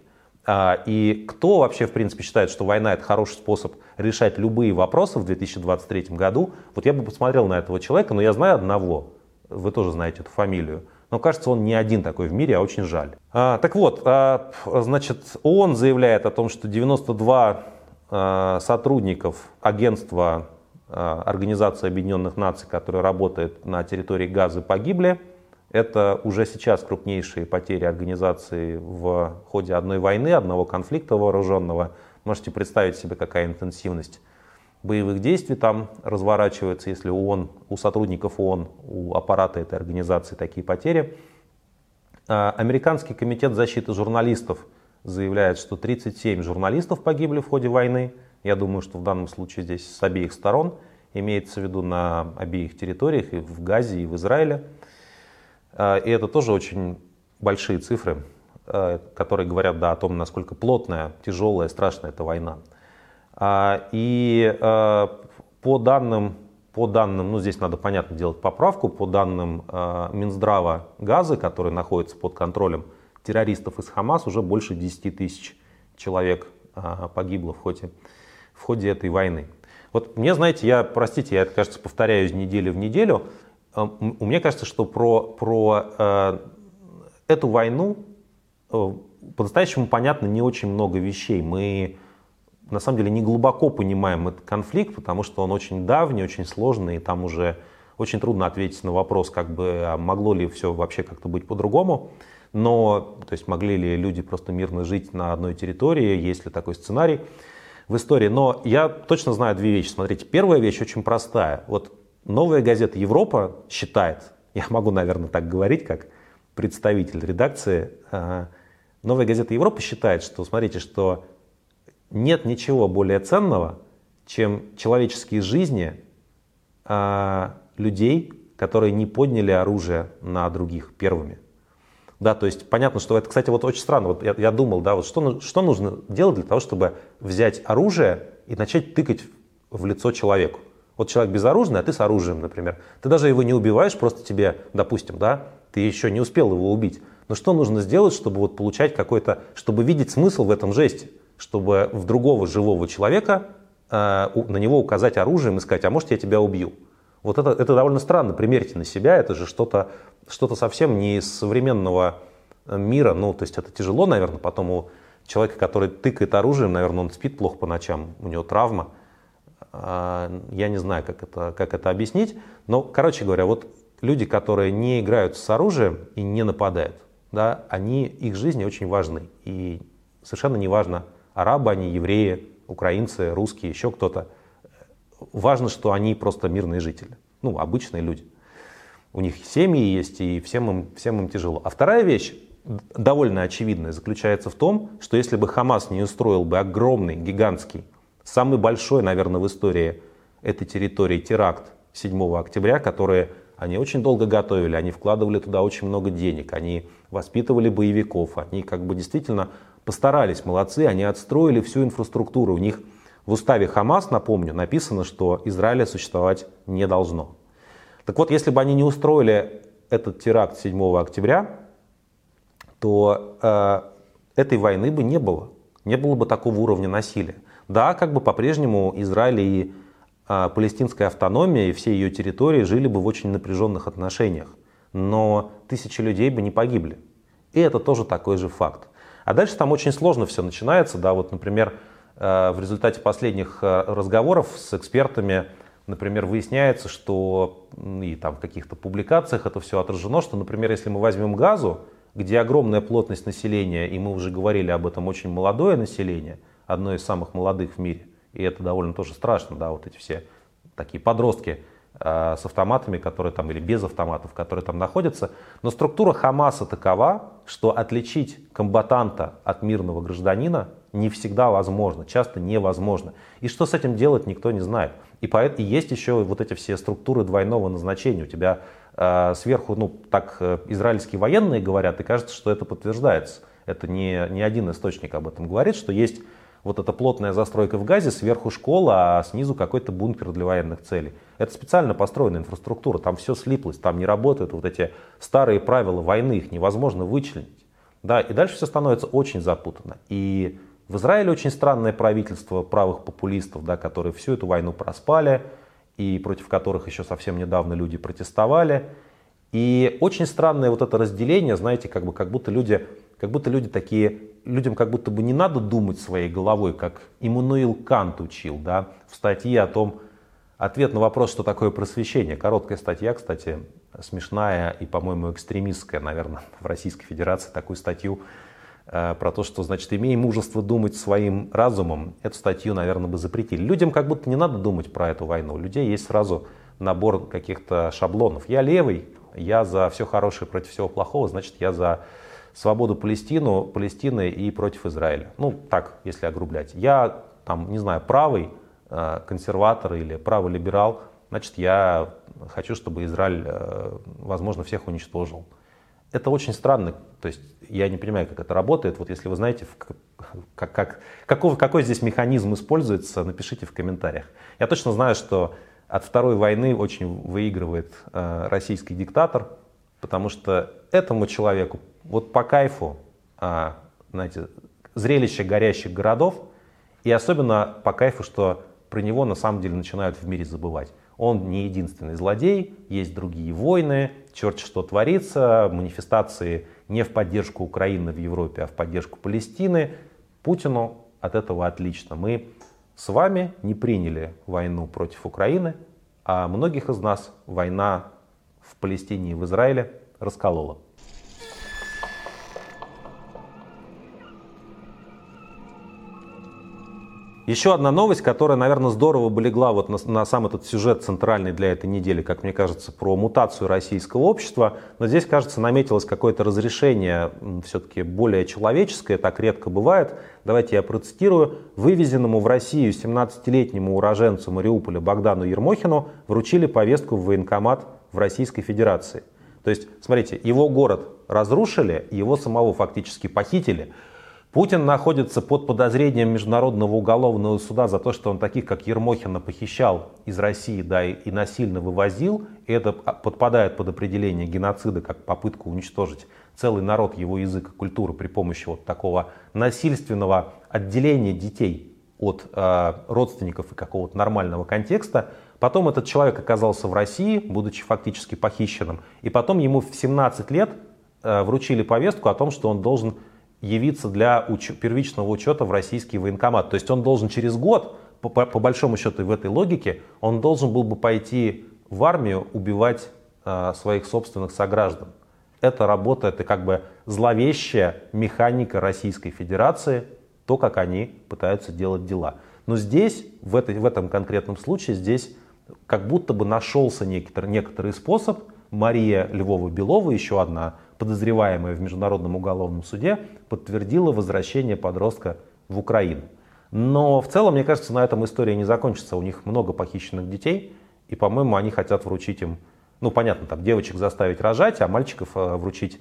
Speaker 1: И кто вообще, в принципе, считает, что война — это хороший способ решать любые вопросы в две тысячи двадцать третьем году? Вот я бы посмотрел на этого человека, но я знаю одного, вы тоже знаете эту фамилию, но кажется, он не один такой в мире, а очень жаль. А, так вот, а, значит, ООН заявляет о том, что девяносто два а, сотрудников агентства а, Организации Объединенных Наций, которая работает на территории Газы, погибли. Это уже сейчас крупнейшие потери организации в ходе одной войны, одного конфликта вооруженного. Можете представить себе, какая интенсивность боевых действий там разворачивается, если у ООН, у сотрудников ООН, у аппарата этой организации такие потери. Американский комитет защиты журналистов заявляет, что тридцать семь журналистов погибли в ходе войны. Я думаю, что в данном случае здесь с обеих сторон, имеется в виду на обеих территориях, и в Газе, и в Израиле. И это тоже очень большие цифры, которые говорят, да, о том, насколько плотная, тяжелая, страшная эта война. И по данным, по данным, ну здесь надо, понятно, делать поправку, по данным э, Минздрава Газы, который находится под контролем террористов из Хамас, уже больше десяти тысяч человек э, погибло в ходе, в ходе этой войны. Вот мне, знаете, я, простите, я, кажется, повторяю из недели в неделю, э, мне кажется, что про, про э, эту войну э, по-настоящему понятно не очень много вещей. Мы на самом деле не глубоко понимаем этот конфликт, потому что он очень давний, очень сложный, и там уже очень трудно ответить на вопрос, как бы, а могло ли все вообще как-то быть по-другому. Но, то есть, могли ли люди просто мирно жить на одной территории, есть ли такой сценарий в истории. Но я точно знаю две вещи. Смотрите, первая вещь очень простая. Вот новая газета «Европа» считает, я могу, наверное, так говорить, как представитель редакции, новая газета «Европа» считает, что, смотрите, что нет ничего более ценного, чем человеческие жизни э, людей, которые не подняли оружие на других первыми. Да, то есть понятно, что это, кстати, вот очень странно. Вот я, я думал, да, вот что, что нужно делать для того, чтобы взять оружие и начать тыкать в лицо человеку. Вот человек безоружный, а ты с оружием, например. Ты даже его не убиваешь, просто тебе, допустим, да, ты еще не успел его убить. Но что нужно сделать, чтобы вот получать какой-то, чтобы видеть смысл в этом жесте? Чтобы в другого живого человека э, у, на него указать оружием и сказать, а может я тебя убью. Вот это, это довольно странно, примерьте на себя, это же что-то что-то совсем не из современного мира, ну то есть это тяжело, наверное, потом у человека, который тыкает оружием, наверное, он спит плохо по ночам, у него травма, э, я не знаю, как это, как это объяснить, но, короче говоря, вот люди, которые не играют с оружием и не нападают, да, они, их жизни очень важны, и совершенно не важно, арабы они, евреи, украинцы, русские, еще кто-то. Важно, что они просто мирные жители. Ну, обычные люди. У них семьи есть, и всем им, всем им тяжело. А вторая вещь, довольно очевидная, заключается в том, что если бы Хамас не устроил бы огромный, гигантский, самый большой, наверное, в истории этой территории теракт седьмого октября, который они очень долго готовили, они вкладывали туда очень много денег, они воспитывали боевиков, они как бы действительно постарались, молодцы, они отстроили всю инфраструктуру. У них в уставе Хамас, напомню, написано, что Израиля существовать не должно. Так вот, если бы они не устроили этот теракт седьмого октября, то э, этой войны бы не было. Не было бы такого уровня насилия. Да, как бы по-прежнему Израиль и э, палестинская автономия и все ее территории жили бы в очень напряженных отношениях. Но тысячи людей бы не погибли. И это тоже такой же факт. А дальше там очень сложно все начинается. Да, вот, например, в результате последних разговоров с экспертами, например, выясняется, что и там в каких-то публикациях это все отражено, что, например, если мы возьмем Газу, где огромная плотность населения, и мы уже говорили об этом, очень молодое население, одно из самых молодых в мире, и это довольно тоже страшно, да, вот эти все такие подростки с автоматами, которые там, или без автоматов, которые там находятся. Но структура Хамаса такова, что отличить комбатанта от мирного гражданина не всегда возможно, часто невозможно. И что с этим делать, никто не знает. И, поэтому, и есть еще вот эти все структуры двойного назначения. У тебя э, сверху, ну, так э, израильские военные говорят, и кажется, что это подтверждается. Это не, не один источник об этом говорит, что есть вот эта плотная застройка в Газе, сверху школа, а снизу какой-то бункер для военных целей. Это специально построенная инфраструктура, там все слиплось, там не работают вот эти старые правила войны, их невозможно вычленить. Да, и дальше все становится очень запутанно. И в Израиле очень странное правительство правых популистов, да, которые всю эту войну проспали, и против которых еще совсем недавно люди протестовали. И очень странное вот это разделение, знаете, как бы, как будто люди, как будто люди такие, людям как будто бы не надо думать своей головой, как Иммануил Кант учил, да, в статье о том, ответ на вопрос, что такое просвещение. Короткая статья, кстати, смешная и, по-моему, экстремистская, наверное, в Российской Федерации такую статью э, про то, что, значит, имея мужество думать своим разумом, эту статью, наверное, бы запретили. Людям как будто не надо думать про эту войну. У людей есть сразу набор каких-то шаблонов. Я левый, я за все хорошее против всего плохого, значит, я за свободу Палестину, Палестины и против Израиля. Ну, так, если огрублять. Я, там, не знаю, правый, консерватор или правый либерал, значит, я хочу, чтобы Израиль, возможно, всех уничтожил. Это очень странно, то есть я не понимаю, как это работает. Вот если вы знаете, как, как, какой, какой здесь механизм используется, напишите в комментариях. Я точно знаю, что от второй войны очень выигрывает э, российский диктатор, потому что этому человеку вот по кайфу, э, знаете, зрелище горящих городов, и особенно по кайфу, что про него на самом деле начинают в мире забывать. Он не единственный злодей, есть другие войны, черт что творится, манифестации не в поддержку Украины в Европе, а в поддержку Палестины. Путину от этого отлично. Мы с вами не приняли войну против Украины, а многих из нас война в Палестине и в Израиле расколола. Еще одна новость, которая, наверное, здорово бы легла вот на, на сам этот сюжет центральный для этой недели, как мне кажется, про мутацию российского общества. Но здесь, кажется, наметилось какое-то разрешение все-таки более человеческое, так редко бывает. Давайте я процитирую. Вывезенному в Россию семнадцатилетнему уроженцу Мариуполя Богдану Ермохину вручили повестку в военкомат в Российской Федерации. То есть, смотрите, его город разрушили, его самого фактически похитили. Путин находится под подозрением Международного уголовного суда за то, что он таких, как Ермохина, похищал из России, да, и, и насильно вывозил. И это подпадает под определение геноцида, как попытку уничтожить целый народ, его язык и культуру при помощи вот такого насильственного отделения детей от э, родственников и какого-то нормального контекста. Потом этот человек оказался в России, будучи фактически похищенным. И потом ему в семнадцать лет э, вручили повестку о том, что он должен явиться для уч- первичного учета в российский военкомат. То есть он должен через год, по, по, по большому счету в этой логике, он должен был бы пойти в армию убивать э, своих собственных сограждан. Это работа, это как бы зловещая механика Российской Федерации, то, как они пытаются делать дела. Но здесь, в, этой, в этом конкретном случае, здесь как будто бы нашелся некоторый, некоторый способ. Мария Львова-Белова, еще одна подозреваемая в Международном уголовном суде, подтвердила возвращение подростка в Украину. Но в целом, мне кажется, на этом история не закончится. У них много похищенных детей, и, по-моему, они хотят вручить им, ну, понятно, там девочек заставить рожать, а мальчиков вручить,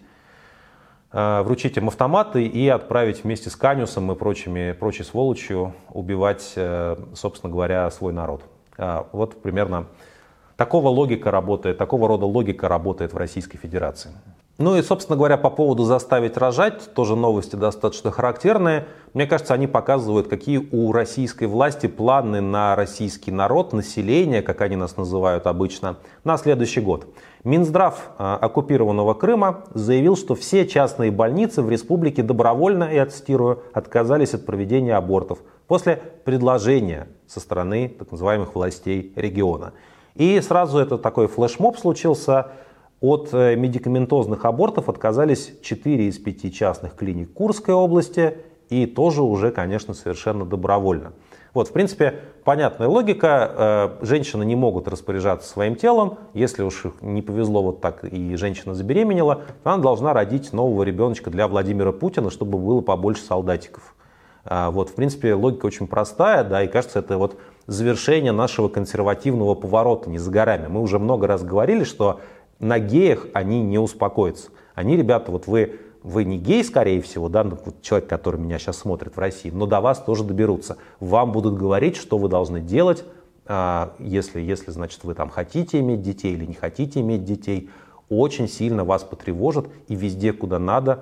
Speaker 1: вручить им автоматы и отправить вместе с Канюсом и прочими, прочей сволочью убивать, собственно говоря, свой народ. Вот примерно такого логика работает, такого рода логика работает в Российской Федерации. Ну и, собственно говоря, по поводу заставить рожать, тоже новости достаточно характерные. Мне кажется, они показывают, какие у российской власти планы на российский народ, население, как они нас называют обычно, на следующий год. Минздрав э, оккупированного Крыма заявил, что все частные больницы в республике добровольно, я цитирую, отказались от проведения абортов после предложения со стороны так называемых властей региона. И сразу это такой флешмоб случился. От медикаментозных абортов отказались четыре из пяти частных клиник Курской области, и тоже уже, конечно, совершенно добровольно. Вот, в принципе, понятная логика. Женщины не могут распоряжаться своим телом. Если уж не повезло вот так и женщина забеременела, то она должна родить нового ребеночка для Владимира Путина, чтобы было побольше солдатиков. Вот, в принципе, логика очень простая, да, и кажется, это вот завершение нашего консервативного поворота не за горами. Мы уже много раз говорили, что на геях они не успокоятся. Они, ребята, вот вы, вы не гей, скорее всего, да, вот человек, который меня сейчас смотрит в России, но до вас тоже доберутся. Вам будут говорить, что вы должны делать, если, если, значит, вы там хотите иметь детей или не хотите иметь детей. Очень сильно вас потревожат, и везде, куда надо,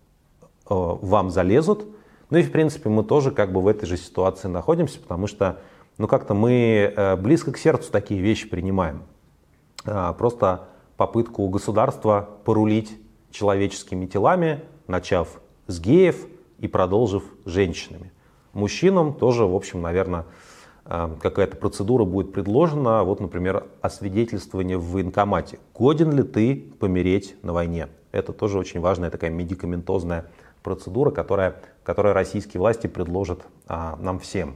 Speaker 1: вам залезут. Ну и, в принципе, мы тоже как бы в этой же ситуации находимся, потому что, ну, как-то мы близко к сердцу такие вещи принимаем. Просто попытку государства порулить человеческими телами, начав с геев и продолжив женщинами. Мужчинам тоже, в общем, наверное, какая-то процедура будет предложена. Вот, например, освидетельствование в военкомате. Годен ли ты помереть на войне? Это тоже очень важная такая медикаментозная процедура, которая, которая российские власти предложат а, нам всем.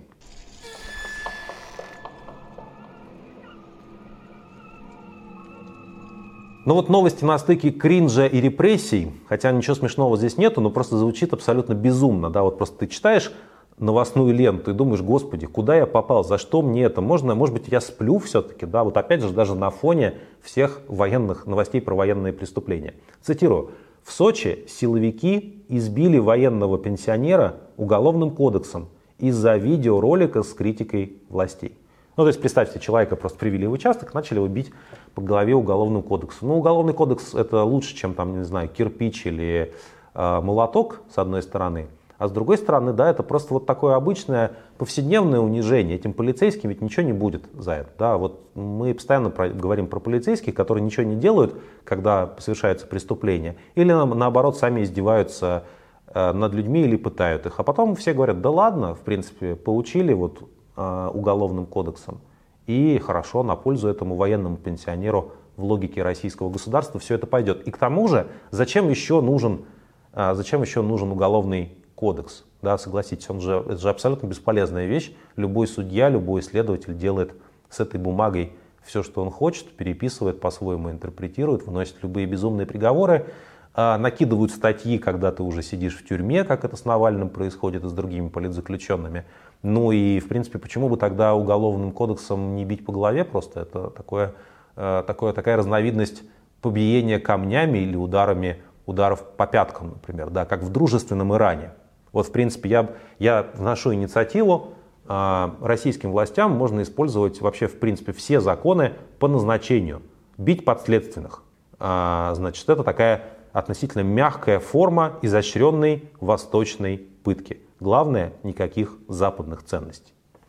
Speaker 1: Ну вот новости на стыке кринжа и репрессий, хотя ничего смешного здесь нету, но просто звучит абсолютно безумно. Да? Вот просто ты читаешь новостную ленту и думаешь, господи, куда я попал, за что мне это? Можно, может быть, я сплю все-таки, да, вот опять же, даже на фоне всех военных новостей про военные преступления. Цитирую. В Сочи силовики избили военного пенсионера уголовным кодексом из-за видеоролика с критикой властей. Ну, то есть, представьте, человека просто привели в участок, начали его бить по голове уголовным кодексом. Ну, уголовный кодекс это лучше, чем, там, не знаю, кирпич или э, молоток, с одной стороны. А с другой стороны, да, это просто вот такое обычное повседневное унижение. Этим полицейским ведь ничего не будет за это. Да? Вот мы постоянно про, говорим про полицейских, которые ничего не делают, когда совершается преступление. Или наоборот, сами издеваются э, над людьми или пытают их. А потом все говорят, да ладно, в принципе, поучили вот, э, уголовным кодексом. И хорошо, на пользу этому военному пенсионеру в логике российского государства все это пойдет. И к тому же, зачем еще нужен, э, зачем еще нужен уголовный кодекс, да, согласитесь, он же, это же абсолютно бесполезная вещь. Любой судья, любой исследователь делает с этой бумагой все, что он хочет, переписывает по-своему, интерпретирует, выносит любые безумные приговоры, э, накидывают статьи, когда ты уже сидишь в тюрьме, как это с Навальным происходит и с другими политзаключенными. Ну и, в принципе, почему бы тогда уголовным кодексом не бить по голове просто? Это такое, э, такое, такая разновидность побиения камнями или ударами, ударов по пяткам, например, да, как в дружественном Иране. Вот, в принципе, я, я вношу инициативу, э, российским властям можно использовать вообще, в принципе, все законы по назначению. Бить подследственных. Э, значит, это такая относительно мягкая форма изощренной восточной пытки. Главное, никаких западных ценностей.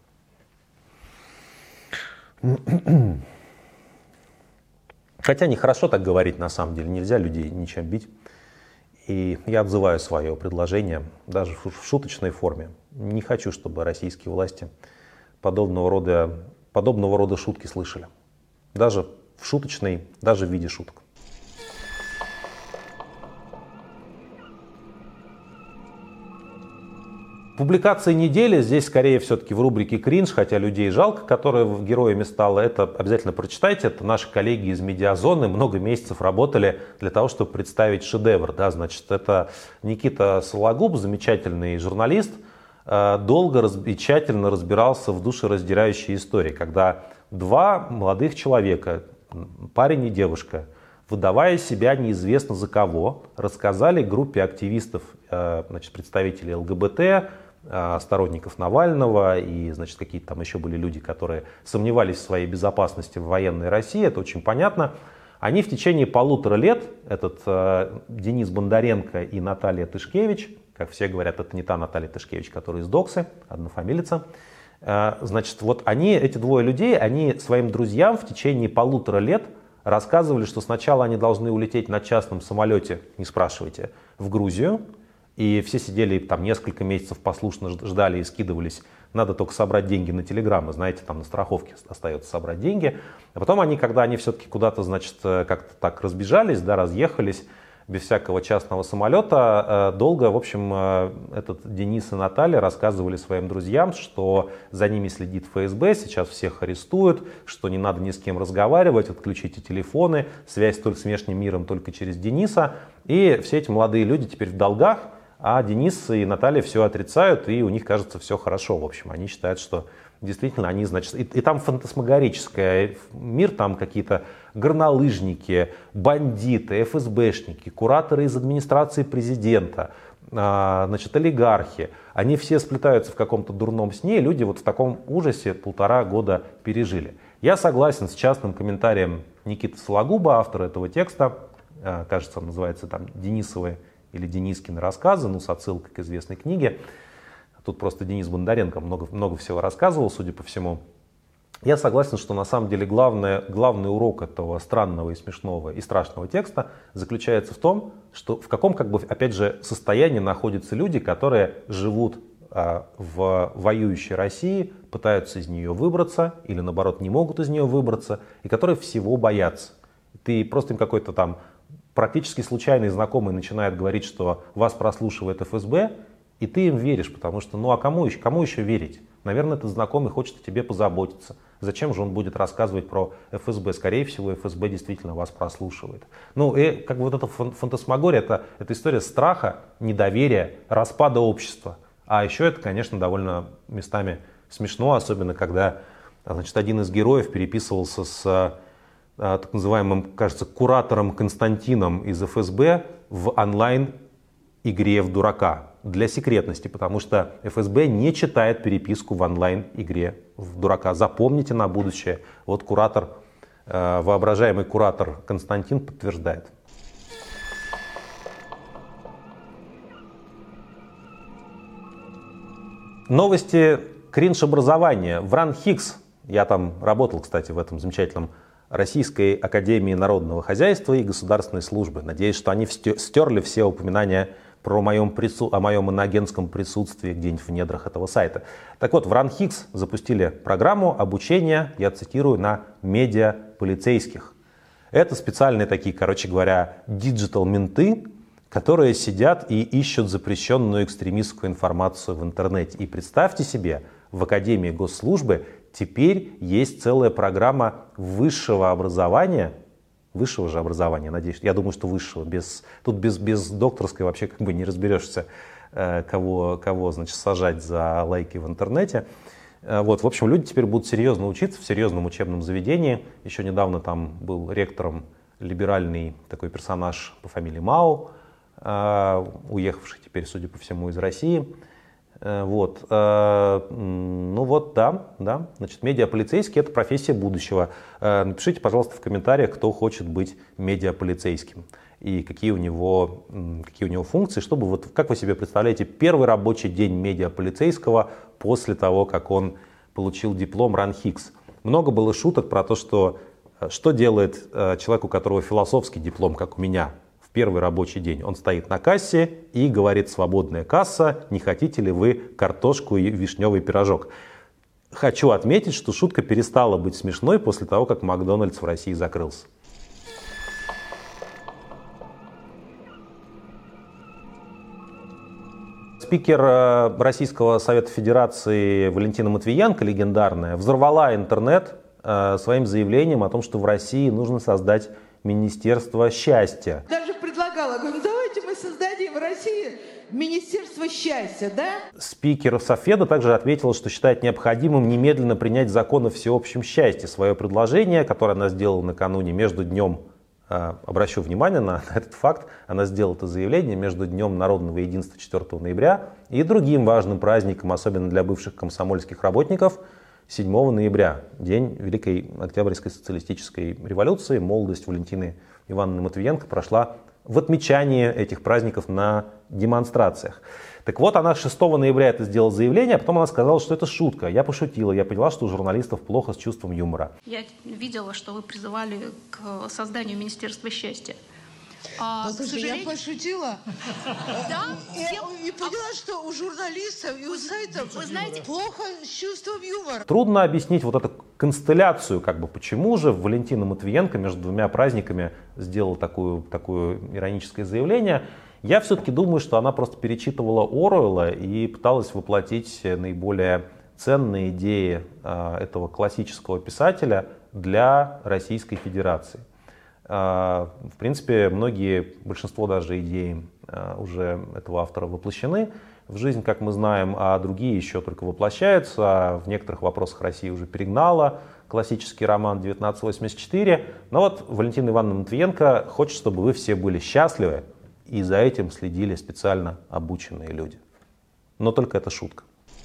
Speaker 1: Хотя нехорошо так говорить, на самом деле, нельзя людей ничем бить. И я отзываю свое предложение, даже в шуточной форме. Не хочу, чтобы российские власти подобного рода, подобного рода шутки слышали. Даже в шуточной, даже в виде шуток. Публикации недели здесь скорее все-таки в рубрике «Кринж», хотя людей жалко, которые героями стало. Это обязательно прочитайте. Это наши коллеги из «Медиазоны» много месяцев работали для того, чтобы представить шедевр. Да, значит, это Никита Сологуб, замечательный журналист, долго и тщательно разбирался в душераздирающей истории, когда два молодых человека, парень и девушка, выдавая себя неизвестно за кого, рассказали группе активистов, значит, представителей ЛГБТ, сторонников Навального и, значит, какие-то там еще были люди, которые сомневались в своей безопасности в военной России, это очень понятно. Они в течение полутора лет, этот э, Денис Бондаренко и Наталья Тышкевич, как все говорят, это не та Наталья Тышкевич, которая из Доксы, однофамилица, э, значит, вот они, эти двое людей, они своим друзьям в течение полутора лет рассказывали, что сначала они должны улететь на частном самолете, не спрашивайте, в Грузию. И все сидели там несколько месяцев, послушно ждали и скидывались. Надо только собрать деньги на телеграммы, знаете, там на страховке остается собрать деньги. А потом они, когда они все-таки куда-то, значит, как-то так разбежались, да, разъехались без всякого частного самолета, долго, в общем, этот Денис и Наталья рассказывали своим друзьям, что за ними следит ФСБ, сейчас всех арестуют, что не надо ни с кем разговаривать, отключите телефоны, связь только с внешним миром только через Дениса. И все эти молодые люди теперь в долгах. А Денис и Наталья все отрицают, и у них, кажется, все хорошо. В общем, они считают, что действительно они, значит... И, и там фантасмагорический мир, там какие-то горнолыжники, бандиты, эф эс бэшники, кураторы из администрации президента, а, значит, олигархи. Они все сплетаются в каком-то дурном сне, и люди вот в таком ужасе полтора года пережили. Я согласен с частным комментарием Никиты Сологуба, автора этого текста. А, кажется, он называется там «Денисовы» или Денискины рассказы, ну, с отсылкой к известной книге. Тут просто Денис Бондаренко много, много всего рассказывал, судя по всему. Я согласен, что на самом деле главное, главный урок этого странного и смешного и страшного текста заключается в том, что в каком, как бы, опять же, состоянии находятся люди, которые живут а, в воюющей России, пытаются из нее выбраться или, наоборот, не могут из нее выбраться, и которые всего боятся. Ты просто им какой-то там практически случайный знакомый начинает говорить, что вас прослушивает эф эс бэ, и ты им веришь, потому что, ну а кому еще, кому еще верить? Наверное, этот знакомый хочет о тебе позаботиться. Зачем же он будет рассказывать про эф эс бэ? Скорее всего, эф эс бэ действительно вас прослушивает. Ну, и как бы вот эта фантасмагория, это, это история страха, недоверия, распада общества. А еще это, конечно, довольно местами смешно, особенно когда, значит, один из героев переписывался с так называемым, кажется, куратором Константином из эф эс бэ в онлайн-игре в дурака. для секретности, потому что эф эс бэ не читает переписку в онлайн-игре в дурака. Запомните на будущее. Вот куратор, э, воображаемый куратор Константин подтверждает. Новости кринж-образования. В РАНХИКС, я там работал, кстати, в этом замечательном Российской академии народного хозяйства и государственной службы. Надеюсь, что они стерли все упоминания про моем прису... о моем иноагентском присутствии где-нибудь в недрах этого сайта. Так вот, в РАНХИКС запустили программу обучения, я цитирую, на медиаполицейских. Это специальные такие, короче говоря, диджитал-менты, которые сидят и ищут запрещенную экстремистскую информацию в интернете. И представьте себе, в Академии госслужбы теперь есть целая программа высшего образования, высшего же образования, надеюсь, я думаю, что высшего, без, тут без, без докторской вообще как бы не разберешься, кого, кого значит, сажать за лайки в интернете. Вот, в общем, люди теперь будут серьезно учиться в серьезном учебном заведении. Еще недавно там был ректором либеральный такой персонаж по фамилии Мао, уехавший теперь, судя по всему, из России. Вот. Ну вот, да, да. Значит, медиаполицейский — это профессия будущего. Напишите, пожалуйста, в комментариях, кто хочет быть медиаполицейским и какие у него, какие у него функции, чтобы, вот, как вы себе представляете, первый рабочий день медиаполицейского после того, как он получил диплом РАНХИКС. Много было шуток про то, что что делает человек, у которого философский диплом, как у меня, первый рабочий день. Он стоит на кассе и говорит: свободная касса, не хотите ли вы картошку и вишневый пирожок? Хочу отметить, что шутка перестала быть смешной после того, как Макдональдс в России закрылся. Спикер Российского Совета Федерации Валентина Матвиенко, легендарная, взорвала интернет своим заявлением о том, что в России нужно создать Министерство счастья.
Speaker 7: Даже предлагала, говорю, ну давайте мы создадим в России Министерство счастья, да? Спикер
Speaker 1: Софеда также отметила, что считает необходимым немедленно принять закон о всеобщем счастье. Свое предложение, которое она сделала накануне между днем, обращу внимание на этот факт, она сделала это заявление между Днем народного единства четвёртого ноября и другим важным праздником, особенно для бывших комсомольских работников, седьмого ноября, день Великой Октябрьской социалистической революции. Молодость Валентины Ивановны Матвиенко прошла в отмечании этих праздников на демонстрациях. Так вот, она шестого ноября это сделала заявление, а потом она сказала, что это шутка. Я пошутила, я поняла, что у журналистов плохо с чувством юмора.
Speaker 8: Я видела, что вы призывали к созданию Министерства счастья. А,
Speaker 7: Послушай, сожалению... я пошутила
Speaker 8: да?
Speaker 7: и, и поняла, что у журналистов и у сайтов, вы знаете, плохо с чувством юмора.
Speaker 1: Трудно объяснить вот эту констелляцию, как бы, почему же Валентина Матвиенко между двумя праздниками сделала такую, такое ироническое заявление. Я все-таки думаю, что она просто перечитывала Оруэлла и пыталась воплотить наиболее ценные идеи э, этого классического писателя для Российской Федерации. В принципе, многие, большинство даже идей уже этого автора воплощены в жизнь, как мы знаем, а другие еще только воплощаются. В некоторых вопросах Россия уже перегнала классический роман тысяча девятьсот восемьдесят четыре. Но вот Валентина Ивановна Матвиенко хочет, чтобы вы все были счастливы, и за этим следили специально обученные люди. Но только это шутка.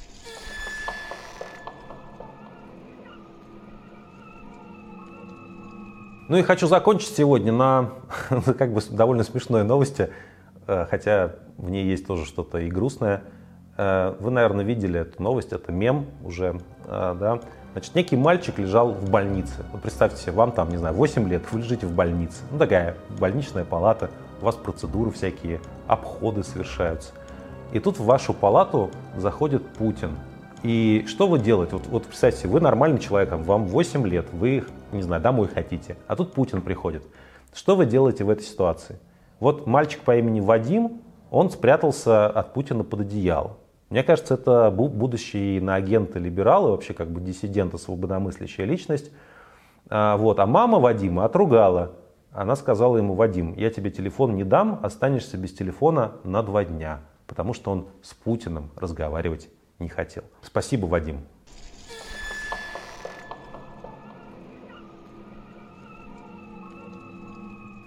Speaker 1: Ну и хочу закончить сегодня на как бы довольно смешной новости, хотя в ней есть тоже что-то и грустное. Вы, наверное, видели эту новость, это мем уже, да. Значит, некий мальчик лежал в больнице. Ну, представьте себе, вам там, не знаю, восемь лет, вы лежите в больнице. Ну, такая больничная палата, у вас процедуры всякие, обходы совершаются. И тут в вашу палату заходит Путин. И что вы делаете? Вот, вот представьте, вы нормальный человек, вам восемь лет, вы, не знаю, домой хотите, а тут Путин приходит. Что вы делаете в этой ситуации? Вот мальчик по имени Вадим, он спрятался от Путина под одеяло. Мне кажется, это будущий иноагент и либерал, и вообще как бы диссидент и свободомыслящая личность. Вот. А мама Вадима отругала. Она сказала ему: Вадим, я тебе телефон не дам, останешься без телефона на два дня, потому что он с Путиным разговаривать не хотел. Спасибо, Вадим.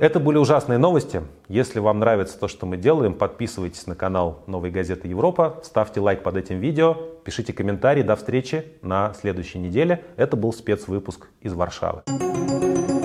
Speaker 1: Это были ужасные новости. Если вам нравится то, что мы делаем, подписывайтесь на канал «Новой газеты Европа», ставьте лайк под этим видео, пишите комментарии. До встречи на следующей неделе. Это был спецвыпуск из Варшавы.